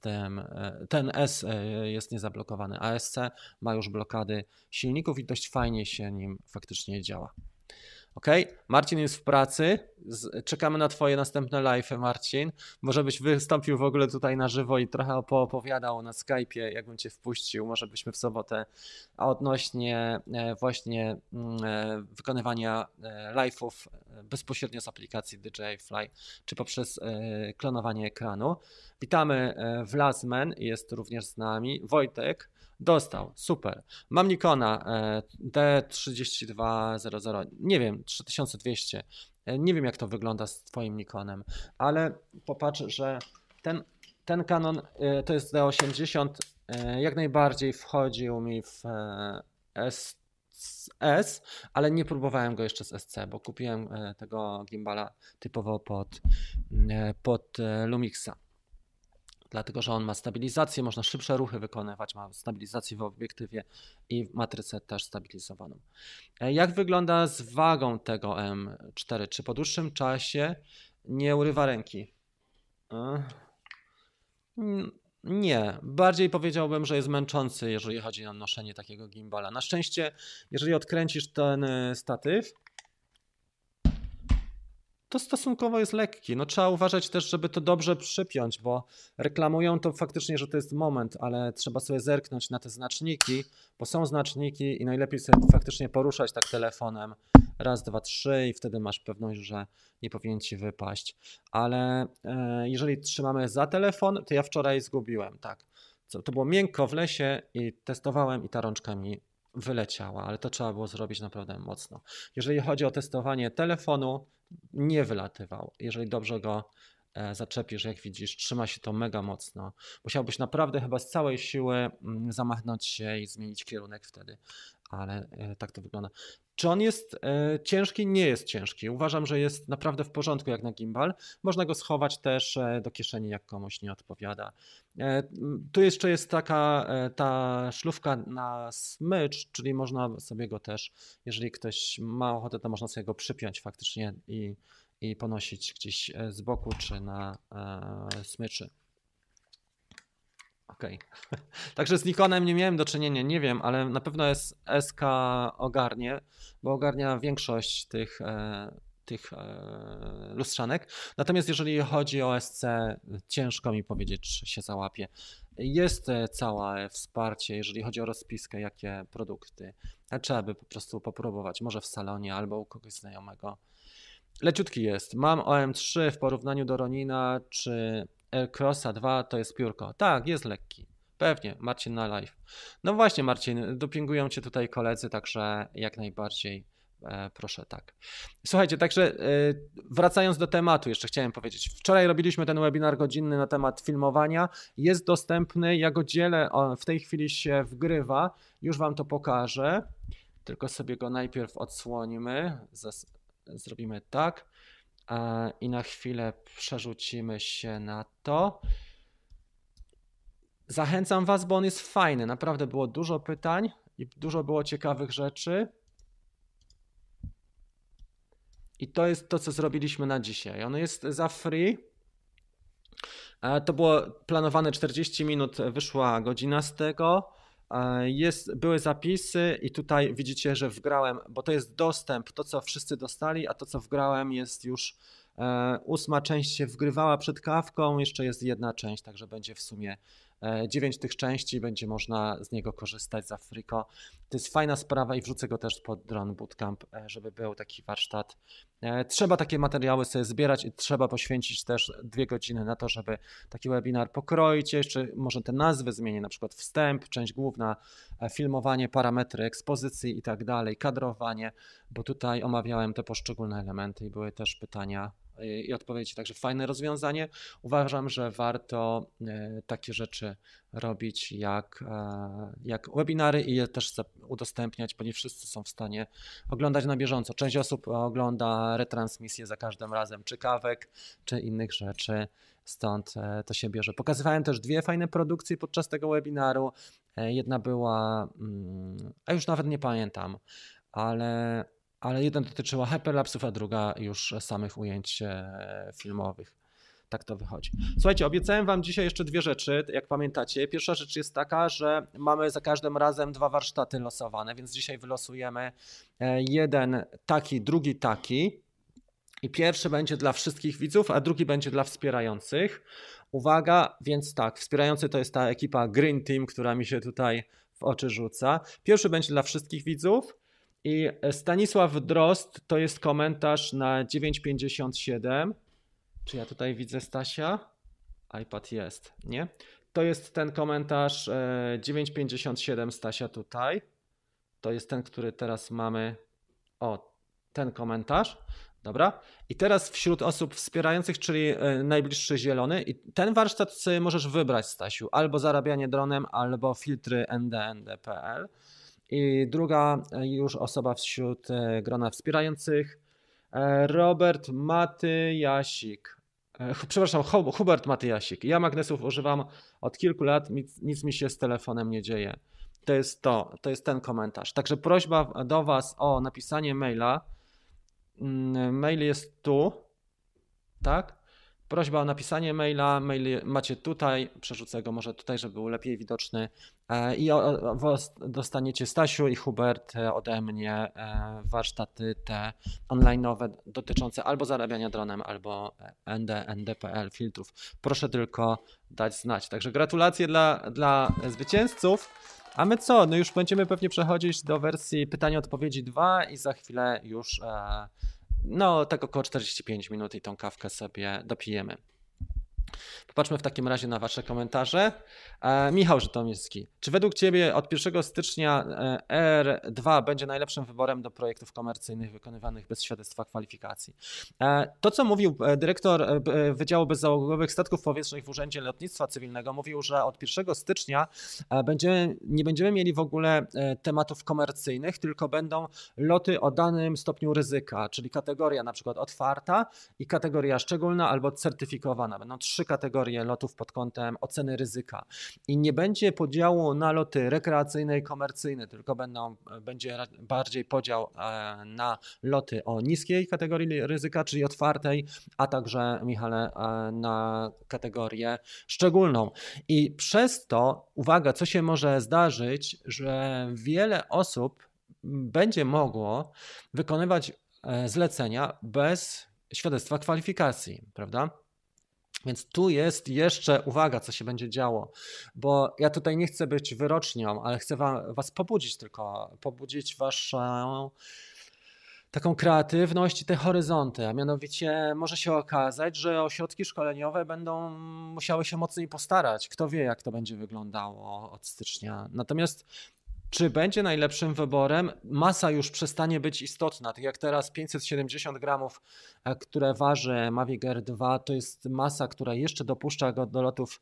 ten S jest niezablokowany, a SC ma już blokady silników i dość fajnie się nim faktycznie działa. Ok, Marcin jest w pracy, czekamy na Twoje następne live'y, Marcin. Może byś wystąpił w ogóle tutaj na żywo i trochę poopowiadał na Skype'ie, jakbym Cię wpuścił. Może byśmy w sobotę odnośnie właśnie wykonywania live'ów bezpośrednio z aplikacji DJI Fly, czy poprzez klonowanie ekranu. Witamy Wlasman, jest również z nami. Wojtek. Dostał, super. Mam Nikona D3200, nie wiem, 3200. Nie wiem jak to wygląda z Twoim Nikonem, ale popatrz, że ten Canon to jest D80, jak najbardziej wchodził mi w S, ale nie próbowałem go jeszcze z SC, bo kupiłem tego gimbala typowo pod Lumixa. dlatego że on ma stabilizację, można szybsze ruchy wykonywać, ma stabilizację w obiektywie i matrycę też stabilizowaną. Jak wygląda z wagą tego M4? Czy po dłuższym czasie nie urywa ręki? Nie, bardziej powiedziałbym, że jest męczący, jeżeli chodzi o noszenie takiego gimbala. Na szczęście, jeżeli odkręcisz ten statyw, to stosunkowo jest lekki. No trzeba uważać też, żeby to dobrze przypiąć, bo reklamują to faktycznie, że to jest moment, ale trzeba sobie zerknąć na te znaczniki, bo są znaczniki i najlepiej sobie faktycznie poruszać tak telefonem raz, dwa, trzy i wtedy masz pewność, że nie powinien ci wypaść. Ale jeżeli trzymamy za telefon, to ja wczoraj zgubiłem, tak. To było miękko w lesie i testowałem i ta rączka mi wyleciała, ale to trzeba było zrobić naprawdę mocno. Jeżeli chodzi o testowanie telefonu, nie wylatywał. Jeżeli dobrze go zaczepisz, jak widzisz, trzyma się to mega mocno. Musiałbyś naprawdę chyba z całej siły zamachnąć się i zmienić kierunek wtedy, ale tak to wygląda. Czy on jest ciężki? Nie jest ciężki. Uważam, że jest naprawdę w porządku jak na gimbal. Można go schować też do kieszeni, jak komuś nie odpowiada. Tu jeszcze jest taka ta szlufka na smycz, czyli można sobie go też, jeżeli ktoś ma ochotę, to można sobie go przypiąć faktycznie i ponosić gdzieś z boku czy na smyczy. Okej. Także z Nikonem nie miałem do czynienia, nie wiem, ale na pewno jest SK ogarnie, bo ogarnia większość tych lustrzanek. Natomiast jeżeli chodzi o SC, ciężko mi powiedzieć, czy się załapie. Jest całe wsparcie, jeżeli chodzi o rozpiskę, jakie produkty. Trzeba by po prostu popróbować, może w salonie albo u kogoś znajomego. Leciutki jest. Mam OM3 w porównaniu do Ronina czy Crossa 2 to jest piórko. Tak, jest lekki. Pewnie, Marcin na live. No właśnie, Marcin, dopingują cię tutaj koledzy, także jak najbardziej proszę tak. Słuchajcie, także wracając do tematu, jeszcze chciałem powiedzieć. Wczoraj robiliśmy ten webinar godzinny na temat filmowania. Jest dostępny, ja go dzielę, on w tej chwili się wgrywa. Już wam to pokażę. Tylko sobie go najpierw odsłonimy. Zrobimy tak i na chwilę przerzucimy się na to. Zachęcam was, bo on jest fajny. Naprawdę było dużo pytań i dużo było ciekawych rzeczy. I to jest to, co zrobiliśmy na dzisiaj. Ono jest za free. To było planowane 40 minut, wyszła godzina z tego. Były zapisy i tutaj widzicie, że wgrałem, bo to jest dostęp, to co wszyscy dostali, a to co wgrałem jest już 8. część się wgrywała przed kawką, jeszcze jest 1 część, także będzie w sumie 9 tych części, będzie można z niego korzystać za friko. To jest fajna sprawa i wrzucę go też pod Drone Bootcamp, żeby był taki warsztat. Trzeba takie materiały sobie zbierać i trzeba poświęcić też 2 godziny na to, żeby taki webinar pokroić. Jeszcze może te nazwy zmienię, na przykład wstęp, część główna, filmowanie, parametry ekspozycji i tak dalej, kadrowanie, bo tutaj omawiałem te poszczególne elementy i były też pytania i odpowiedzi, także fajne rozwiązanie. Uważam, że warto takie rzeczy robić jak webinary i je też udostępniać, bo nie wszyscy są w stanie oglądać na bieżąco. Część osób ogląda retransmisję za każdym razem, czy kawek, czy innych rzeczy, stąd to się bierze. Pokazywałem też 2 fajne produkcje podczas tego webinaru. Jedna była, a już nawet nie pamiętam, ale jedna dotyczyła hyperlapsów, a druga już samych ujęć filmowych. Tak to wychodzi. Słuchajcie, obiecałem wam dzisiaj jeszcze 2 rzeczy, jak pamiętacie. Pierwsza rzecz jest taka, że mamy za każdym razem 2 warsztaty losowane, więc dzisiaj wylosujemy jeden taki, drugi taki. I pierwszy będzie dla wszystkich widzów, a drugi będzie dla wspierających. Uwaga, więc tak, wspierający to jest ta ekipa Green Team, która mi się tutaj w oczy rzuca. Pierwszy będzie dla wszystkich widzów. I Stanisław Drozd to jest komentarz na 9,57. Czy ja tutaj widzę Stasia? iPad jest, nie? To jest ten komentarz 9,57 Stasia tutaj. To jest ten, który teraz mamy. O, ten komentarz. Dobra. I teraz wśród osób wspierających, czyli najbliższy zielony. I ten warsztat sobie możesz wybrać, Stasiu. Albo zarabianie dronem, albo filtry ND.pl. I druga już osoba wśród grona wspierających, Robert Matyjasik. Przepraszam, Hubert Matyjasik. Ja magnesów używam od kilku lat, nic mi się z telefonem nie dzieje. To jest ten komentarz. Także prośba do Was o napisanie maila. Mail jest tu, tak? Prośba o napisanie maila. Mail macie tutaj, przerzucę go może tutaj, żeby był lepiej widoczny. I dostaniecie, Stasiu i Hubert, ode mnie warsztaty te online'owe dotyczące albo zarabiania dronem, albo ND.pl filtrów. Proszę tylko dać znać. Także gratulacje dla zwycięzców. A my co? No już będziemy pewnie przechodzić do wersji pytania-odpowiedzi 2 i za chwilę już no tak około 45 minut i tą kawkę sobie dopijemy. Popatrzmy w takim razie na Wasze komentarze. Michał Żytomierski. Czy według Ciebie od 1 stycznia R2 będzie najlepszym wyborem do projektów komercyjnych wykonywanych bez świadectwa kwalifikacji? To, co mówił dyrektor Wydziału Bezzałogowych Statków Powietrznych w Urzędzie Lotnictwa Cywilnego, mówił, że od 1 stycznia nie będziemy mieli w ogóle tematów komercyjnych, tylko będą loty o danym stopniu ryzyka, czyli kategoria na przykład otwarta i kategoria szczególna albo certyfikowana. Będą 3 kategorie lotów pod kątem oceny ryzyka i nie będzie podziału na loty rekreacyjne i komercyjne, tylko będzie bardziej podział na loty o niskiej kategorii ryzyka, czyli otwartej, a także, Michale, na kategorię szczególną. I przez to, uwaga, co się może zdarzyć, że wiele osób będzie mogło wykonywać zlecenia bez świadectwa kwalifikacji, prawda? Więc tu jest jeszcze, uwaga, co się będzie działo, bo ja tutaj nie chcę być wyrocznią, ale chcę was pobudzić waszą taką kreatywność i te horyzonty, a mianowicie może się okazać, że ośrodki szkoleniowe będą musiały się mocniej postarać. Kto wie, jak to będzie wyglądało od stycznia. Natomiast czy będzie najlepszym wyborem? Masa już przestanie być istotna. Tak jak teraz 570 gramów, które waży Mavic Air 2, to jest masa, która jeszcze dopuszcza go do lotów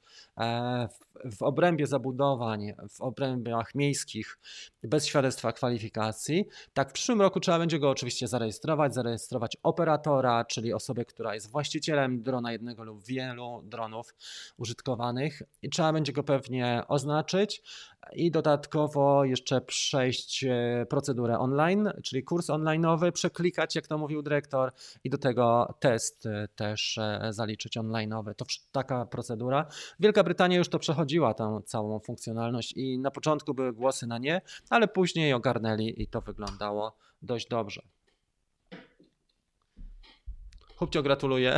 w obrębie zabudowań, w obrębiach miejskich bez świadectwa kwalifikacji. Tak, w przyszłym roku trzeba będzie go oczywiście zarejestrować operatora, czyli osobę, która jest właścicielem drona, jednego lub wielu dronów użytkowanych i trzeba będzie go pewnie oznaczyć i dodatkowo jeszcze przejść procedurę online, czyli kurs online'owy, przeklikać, jak to mówił dyrektor, i do tego test też zaliczyć online'owy. To taka procedura. Wielka Brytania już to przechodziła, tą całą funkcjonalność i na początku były głosy na nie, ale później ogarnęli i to wyglądało dość dobrze. Chłopcio, gratuluję.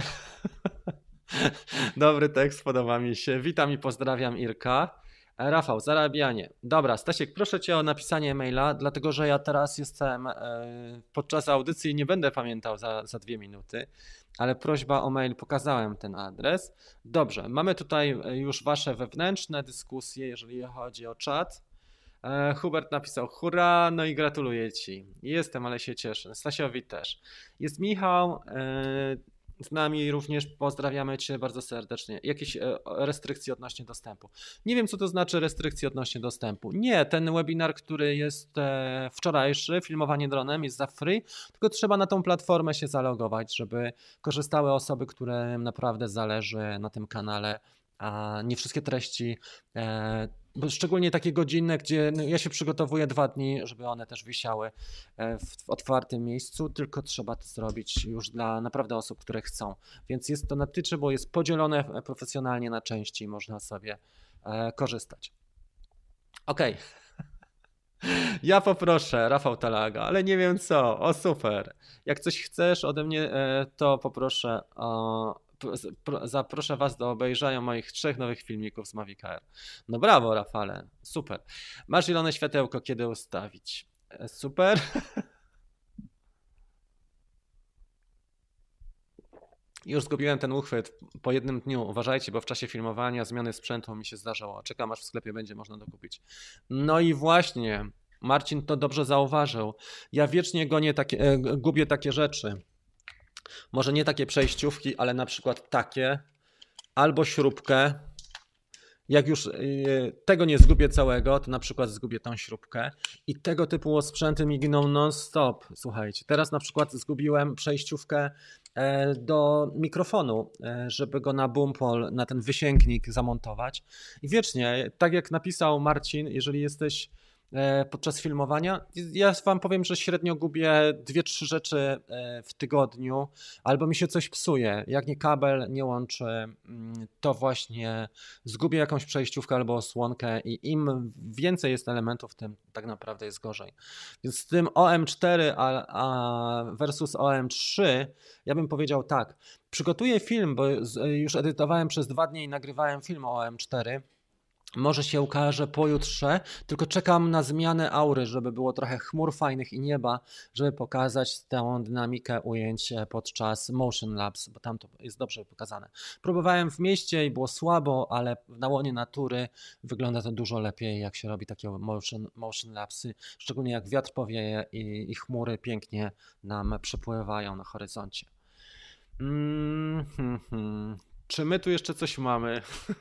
Dobry tekst, podoba mi się. Witam i pozdrawiam Irka. Rafał, zarabianie. Dobra, Stasiek, proszę Cię o napisanie maila, dlatego że ja teraz jestem podczas audycji i nie będę pamiętał za 2 minuty, ale prośba o mail, pokazałem ten adres. Dobrze, mamy tutaj już Wasze wewnętrzne dyskusje, jeżeli chodzi o czat. Hubert napisał hurra, no i gratuluję Ci. Jestem, ale się cieszę. Stasiowi też. Jest Michał, z nami również, pozdrawiamy Cię bardzo serdecznie. Jakieś restrykcje odnośnie dostępu? Nie wiem, co to znaczy restrykcje odnośnie dostępu. Nie, ten webinar, który jest wczorajszy, filmowanie dronem, jest za free, tylko trzeba na tą platformę się zalogować, żeby korzystały osoby, którym naprawdę zależy na tym kanale, a nie wszystkie treści, bo szczególnie takie godzinne, gdzie ja się przygotowuję 2 dni, żeby one też wisiały w otwartym miejscu, tylko trzeba to zrobić już dla naprawdę osób, które chcą. Więc jest to na tyczy, bo jest podzielone profesjonalnie na części i można sobie korzystać. Okej. Ja poproszę, Rafał Talaga, ale nie wiem co. O, super. Jak coś chcesz ode mnie, to poproszę zaproszę Was do obejrzenia moich 3 nowych filmików z Mavic Air. No brawo, Rafale, super. Masz zielone światełko, kiedy ustawić. Super. Już zgubiłem ten uchwyt po 1 dniu. Uważajcie, bo w czasie filmowania zmiany sprzętu mi się zdarzało. Czekam, aż w sklepie będzie można dokupić. No i właśnie, Marcin to dobrze zauważył. Ja wiecznie gubię takie rzeczy. Może nie takie przejściówki, ale na przykład takie, albo śrubkę Jak już tego nie zgubię całego, to na przykład zgubię tą śrubkę i tego typu sprzęty mi giną non-stop. Słuchajcie, teraz na przykład zgubiłem przejściówkę do mikrofonu, żeby go na boompole, na ten wysięgnik zamontować. I wiecznie, tak jak napisał Marcin, jeżeli jesteś podczas filmowania, ja wam powiem, że średnio gubię 2-3 rzeczy w tygodniu, albo mi się coś psuje. Jak nie kabel nie łączy, to właśnie zgubię jakąś przejściówkę albo osłonkę i im więcej jest elementów, tym tak naprawdę jest gorzej. Więc z tym OM4 versus OM3 ja bym powiedział tak, przygotuję film, bo już edytowałem przez 2 dni i nagrywałem film o OM4. Może się ukaże pojutrze, tylko czekam na zmianę aury, żeby było trochę chmur fajnych i nieba, żeby pokazać tę dynamikę ujęć podczas Motion Labs, bo tam to jest dobrze pokazane. Próbowałem w mieście i było słabo, ale na łonie natury wygląda to dużo lepiej, jak się robi takie motion Labsy, szczególnie jak wiatr powieje i chmury pięknie nam przepływają na horyzoncie. Czy my tu jeszcze coś mamy?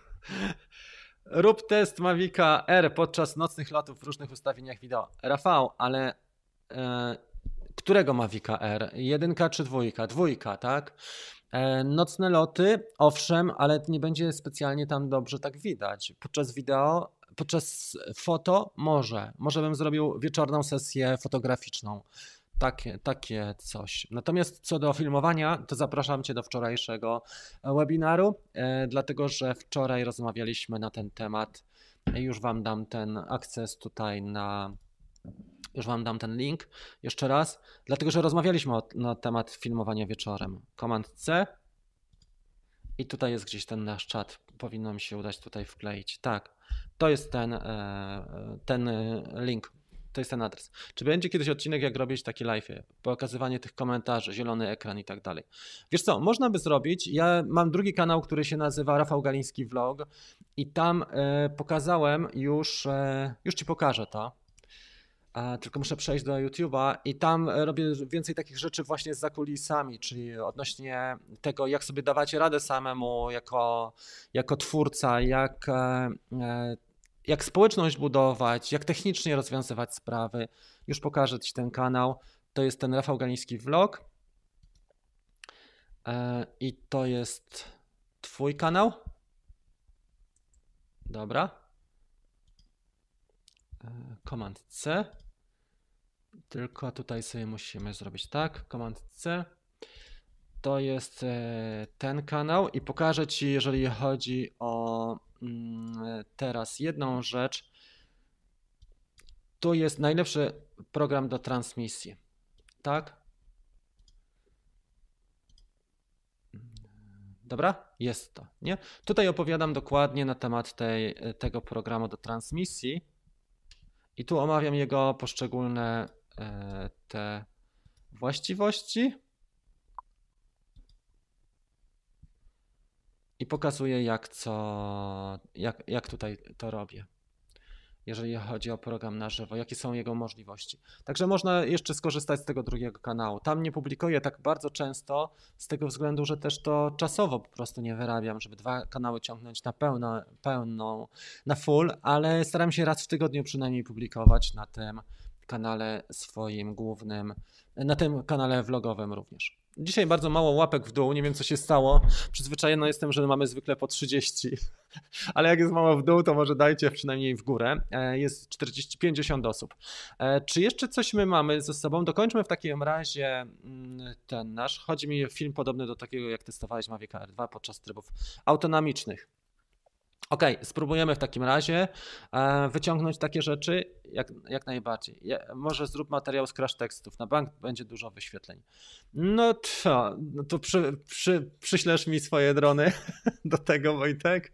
Rób test Mavica R podczas nocnych lotów w różnych ustawieniach wideo. Rafał, ale którego Mavica R? 1 czy 2? 2, tak? Nocne loty, owszem, ale nie będzie specjalnie tam dobrze tak widać. Podczas wideo, podczas foto może bym zrobił wieczorną sesję fotograficzną. Takie coś. Natomiast co do filmowania, to zapraszam Cię do wczorajszego webinaru, dlatego że wczoraj rozmawialiśmy na ten temat. Już Wam dam ten akces tutaj już Wam dam ten link jeszcze raz, dlatego że rozmawialiśmy na temat filmowania wieczorem. Command C i tutaj jest gdzieś ten nasz czat. Powinno mi się udać tutaj wkleić. Tak, to jest ten link. To jest ten adres. Czy będzie kiedyś odcinek, jak robić takie live'y? Pokazywanie tych komentarzy, zielony ekran i tak dalej. Wiesz co, można by zrobić. Ja mam drugi kanał, który się nazywa Rafał Galiński Vlog i tam pokazałem już Ci pokażę to. Tylko muszę przejść do YouTube'a i tam robię więcej takich rzeczy właśnie z zakulisami, czyli odnośnie tego, jak sobie dawać radę samemu jako twórca, jak społeczność budować, jak technicznie rozwiązywać sprawy. Już pokażę Ci ten kanał. To jest ten Rafał Galiński Vlog. I to jest Twój kanał. Dobra. Command C. Tylko tutaj sobie musimy zrobić tak. Command C. To jest ten kanał i pokażę Ci, jeżeli chodzi o teraz jedną rzecz. Tu jest najlepszy program do transmisji. Tak? Dobra? Jest to, nie? Tutaj opowiadam dokładnie na temat tego programu do transmisji i tu omawiam jego poszczególne te właściwości i pokazuję jak tutaj to robię, jeżeli chodzi o program na żywo, jakie są jego możliwości. Także można jeszcze skorzystać z tego drugiego kanału. Tam nie publikuję tak bardzo często, z tego względu, że też to czasowo po prostu nie wyrabiam, żeby 2 kanały ciągnąć na na full, ale staram się raz w tygodniu przynajmniej publikować na tym kanale swoim głównym, na tym kanale vlogowym również. Dzisiaj bardzo mało łapek w dół, nie wiem co się stało. Przyzwyczajony jestem, że mamy zwykle po 30, ale jak jest mało w dół, to może dajcie przynajmniej w górę. Jest 40-50 osób. Czy jeszcze coś my mamy ze sobą? Dokończmy w takim razie ten nasz. Chodzi mi o film podobny do takiego, jak testowałeś Mavica R2 podczas trybów autonomicznych. Ok, spróbujemy w takim razie wyciągnąć takie rzeczy jak najbardziej. Może zrób materiał z crash tekstów, na bank będzie dużo wyświetleń. No to przyślesz mi swoje drony do tego, Wojtek.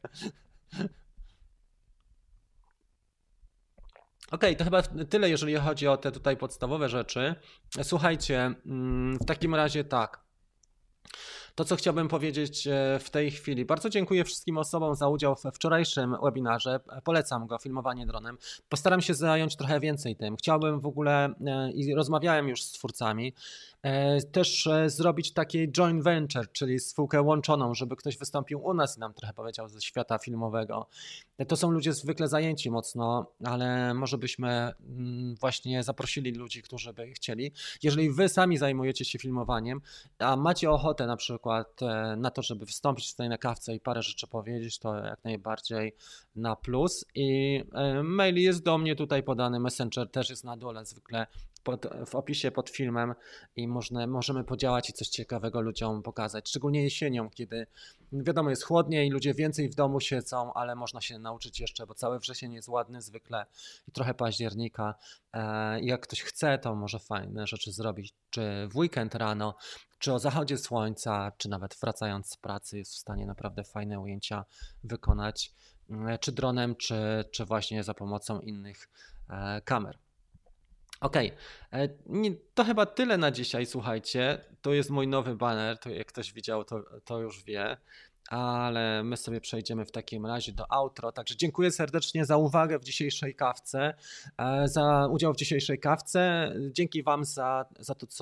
Ok, to chyba tyle, jeżeli chodzi o te tutaj podstawowe rzeczy. Słuchajcie, w takim razie tak. To, co chciałbym powiedzieć w tej chwili. Bardzo dziękuję wszystkim osobom za udział we wczorajszym webinarze. Polecam go, filmowanie dronem. Postaram się zająć trochę więcej tym. Chciałbym w ogóle i rozmawiałem już z twórcami. Też zrobić taki joint venture, czyli spółkę łączoną, żeby ktoś wystąpił u nas i nam trochę powiedział ze świata filmowego. To są ludzie zwykle zajęci mocno, ale może byśmy właśnie zaprosili ludzi, którzy by chcieli. Jeżeli wy sami zajmujecie się filmowaniem, a macie ochotę na przykład na to, żeby wystąpić tutaj na kawce i parę rzeczy powiedzieć, to jak najbardziej na plus. I mail jest do mnie tutaj podany, Messenger też jest na dole zwykle w opisie pod filmem i możemy podziałać i coś ciekawego ludziom pokazać, szczególnie jesienią, kiedy wiadomo jest chłodniej, ludzie więcej w domu siedzą, ale można się nauczyć jeszcze, bo cały wrzesień jest ładny zwykle i trochę października. Jak ktoś chce, to może fajne rzeczy zrobić, czy w weekend rano, czy o zachodzie słońca, czy nawet wracając z pracy jest w stanie naprawdę fajne ujęcia wykonać, czy dronem, czy właśnie za pomocą innych kamer. Okej, to chyba tyle na dzisiaj, słuchajcie. To jest mój nowy banner, to jak ktoś widział, to już wie. Ale my sobie przejdziemy w takim razie do outro. Także dziękuję serdecznie za uwagę w dzisiejszej kawce, za udział w dzisiejszej kawce. Dzięki Wam za to,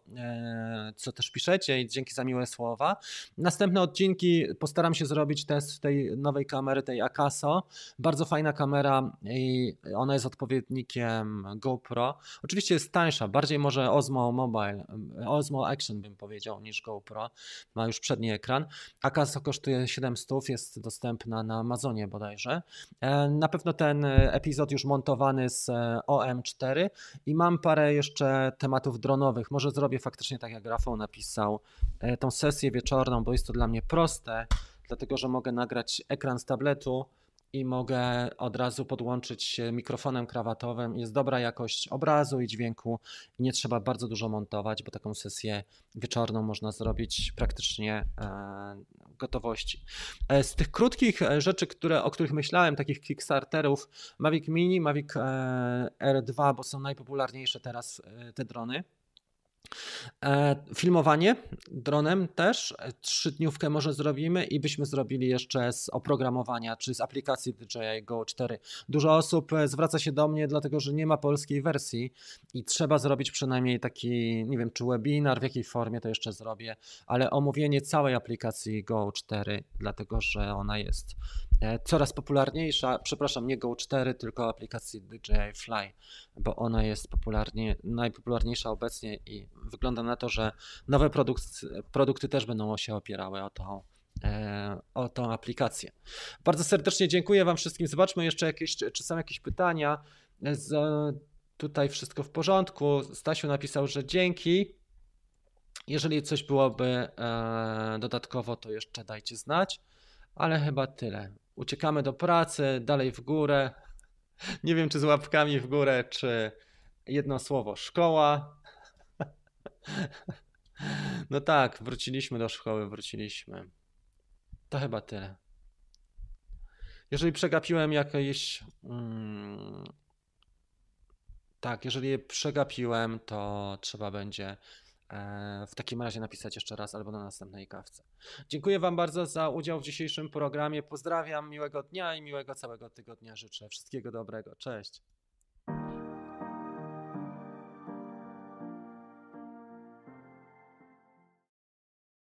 co też piszecie i dzięki za miłe słowa. Następne odcinki postaram się zrobić test tej nowej kamery, tej Akaso. Bardzo fajna kamera i ona jest odpowiednikiem GoPro. Oczywiście jest tańsza, bardziej może Osmo Mobile, Osmo Action bym powiedział niż GoPro. Ma już przedni ekran. Akaso kosztuje 700, jest dostępna na Amazonie bodajże. Na pewno ten epizod już montowany z OM4 i mam parę jeszcze tematów dronowych. Może zrobię faktycznie tak jak Rafał napisał, tą sesję wieczorną, bo jest to dla mnie proste, dlatego że mogę nagrać ekran z tabletu i mogę od razu podłączyć się mikrofonem krawatowym. Jest dobra jakość obrazu i dźwięku i nie trzeba bardzo dużo montować, bo taką sesję wieczorną można zrobić praktycznie gotowości. Z tych krótkich rzeczy, o których myślałem, takich Kickstarterów, Mavic Mini, Mavic R2, bo są najpopularniejsze teraz te drony. Filmowanie dronem też, 3-dniówkę może zrobimy i byśmy zrobili jeszcze z oprogramowania, czy z aplikacji DJI Go 4. Dużo osób zwraca się do mnie, dlatego że nie ma polskiej wersji i trzeba zrobić przynajmniej taki, nie wiem, czy webinar, w jakiej formie to jeszcze zrobię, ale omówienie całej aplikacji Go 4, dlatego że ona jest coraz popularniejsza, przepraszam, nie Go 4, tylko aplikacji DJI Fly, bo ona jest najpopularniejsza obecnie i wygląda na to, że nowe produkty też będą się opierały o tą aplikację. Bardzo serdecznie dziękuję Wam wszystkim. Zobaczmy jeszcze czy są jakieś pytania. Tutaj wszystko w porządku. Stasiu napisał, że dzięki. Jeżeli coś byłoby dodatkowo, to jeszcze dajcie znać, ale chyba tyle. Uciekamy do pracy, dalej w górę. Nie wiem, czy z łapkami w górę, czy jedno słowo szkoła. No tak, wróciliśmy do szkoły, wróciliśmy. To chyba tyle. Jeżeli przegapiłem jakieś... tak, jeżeli je przegapiłem, to trzeba będzie w takim razie napisać jeszcze raz albo na następnej kawce. Dziękuję Wam bardzo za udział w dzisiejszym programie. Pozdrawiam, miłego dnia i miłego całego tygodnia życzę. Wszystkiego dobrego. Cześć.